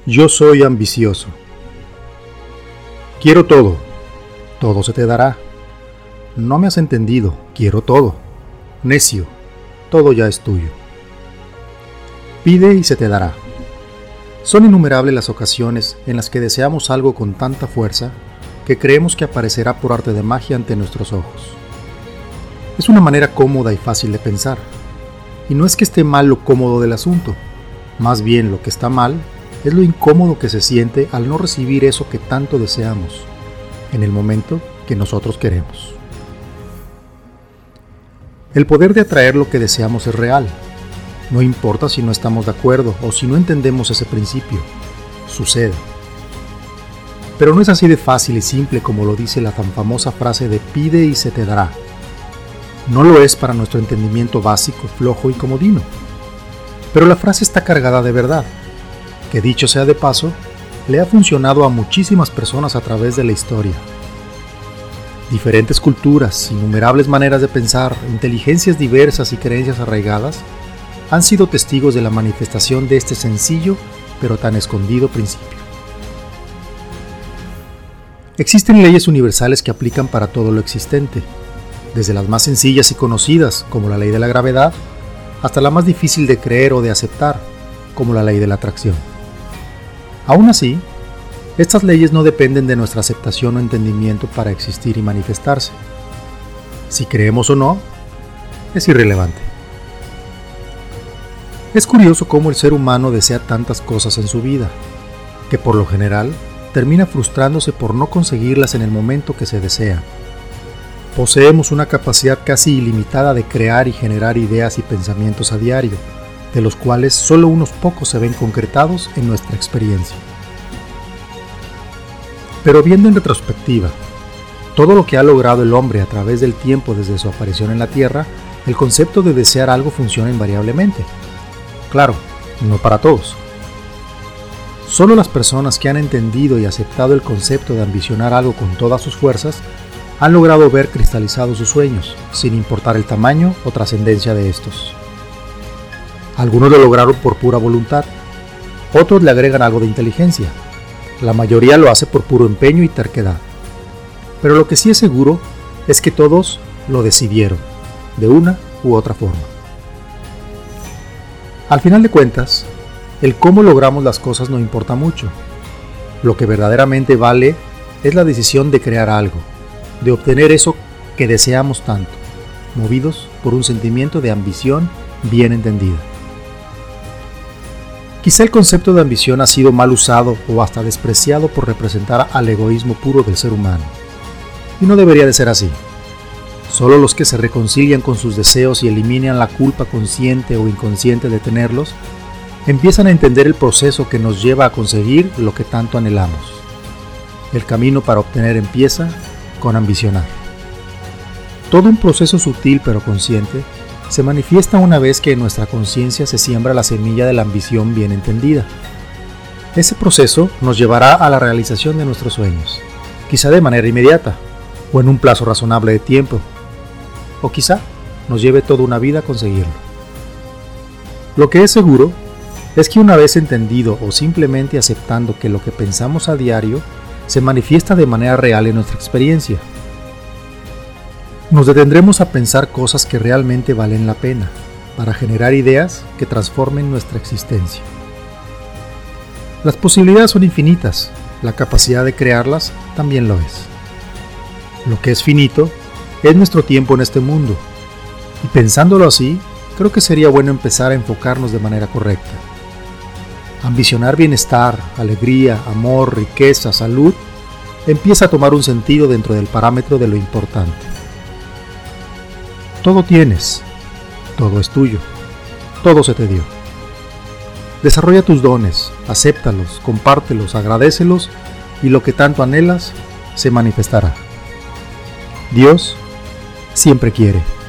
Yo soy ambicioso. Quiero todo, todo se te dará. No me has entendido, quiero todo. Necio, todo ya es tuyo. Pide y se te dará. Son innumerables las ocasiones en las que deseamos algo con tanta fuerza que creemos que aparecerá por arte de magia ante nuestros ojos. Es una manera cómoda y fácil de pensar. Y no es que esté mal lo cómodo del asunto, más bien lo que está mal es lo incómodo que se siente al no recibir eso que tanto deseamos, en el momento que nosotros queremos. El poder de atraer lo que deseamos es real. No importa si no estamos de acuerdo o si no entendemos ese principio. Sucede. Pero no es así de fácil y simple como lo dice la tan famosa frase de pide y se te dará. No lo es para nuestro entendimiento básico, flojo y comodino. Pero la frase está cargada de verdad, que dicho sea de paso, le ha funcionado a muchísimas personas a través de la historia. Diferentes culturas, innumerables maneras de pensar, inteligencias diversas y creencias arraigadas han sido testigos de la manifestación de este sencillo pero tan escondido principio. Existen leyes universales que aplican para todo lo existente, desde las más sencillas y conocidas, como la ley de la gravedad, hasta la más difícil de creer o de aceptar, como la ley de la atracción. Aún así, estas leyes no dependen de nuestra aceptación o entendimiento para existir y manifestarse. Si creemos o no, es irrelevante. Es curioso cómo el ser humano desea tantas cosas en su vida, que por lo general termina frustrándose por no conseguirlas en el momento que se desea. Poseemos una capacidad casi ilimitada de crear y generar ideas y pensamientos a diario, de los cuales solo unos pocos se ven concretados en nuestra experiencia. Pero viendo en retrospectiva, todo lo que ha logrado el hombre a través del tiempo desde su aparición en la Tierra, el concepto de desear algo funciona invariablemente. Claro, no para todos. Solo las personas que han entendido y aceptado el concepto de ambicionar algo con todas sus fuerzas han logrado ver cristalizados sus sueños, sin importar el tamaño o trascendencia de estos. Algunos lo lograron por pura voluntad, otros le agregan algo de inteligencia, la mayoría lo hace por puro empeño y terquedad. Pero lo que sí es seguro es que todos lo decidieron, de una u otra forma. Al final de cuentas, el cómo logramos las cosas no importa mucho. Lo que verdaderamente vale es la decisión de crear algo, de obtener eso que deseamos tanto, movidos por un sentimiento de ambición bien entendida. Quizá el concepto de ambición ha sido mal usado o hasta despreciado por representar al egoísmo puro del ser humano. Y no debería de ser así. Solo los que se reconcilian con sus deseos y eliminan la culpa consciente o inconsciente de tenerlos, empiezan a entender el proceso que nos lleva a conseguir lo que tanto anhelamos. El camino para obtener empieza con ambicionar. Todo un proceso sutil pero consciente se manifiesta una vez que en nuestra conciencia se siembra la semilla de la ambición bien entendida. Ese proceso nos llevará a la realización de nuestros sueños, quizá de manera inmediata, o en un plazo razonable de tiempo, o quizá nos lleve toda una vida a conseguirlo. Lo que es seguro es que una vez entendido o simplemente aceptando que lo que pensamos a diario se manifiesta de manera real en nuestra experiencia, nos detendremos a pensar cosas que realmente valen la pena, para generar ideas que transformen nuestra existencia. Las posibilidades son infinitas, la capacidad de crearlas también lo es. Lo que es finito es nuestro tiempo en este mundo, y pensándolo así, creo que sería bueno empezar a enfocarnos de manera correcta. Ambicionar bienestar, alegría, amor, riqueza, salud, empieza a tomar un sentido dentro del parámetro de lo importante. Todo tienes, todo es tuyo, todo se te dio. Desarrolla tus dones, acéptalos, compártelos, agradécelos y lo que tanto anhelas se manifestará. Dios siempre quiere.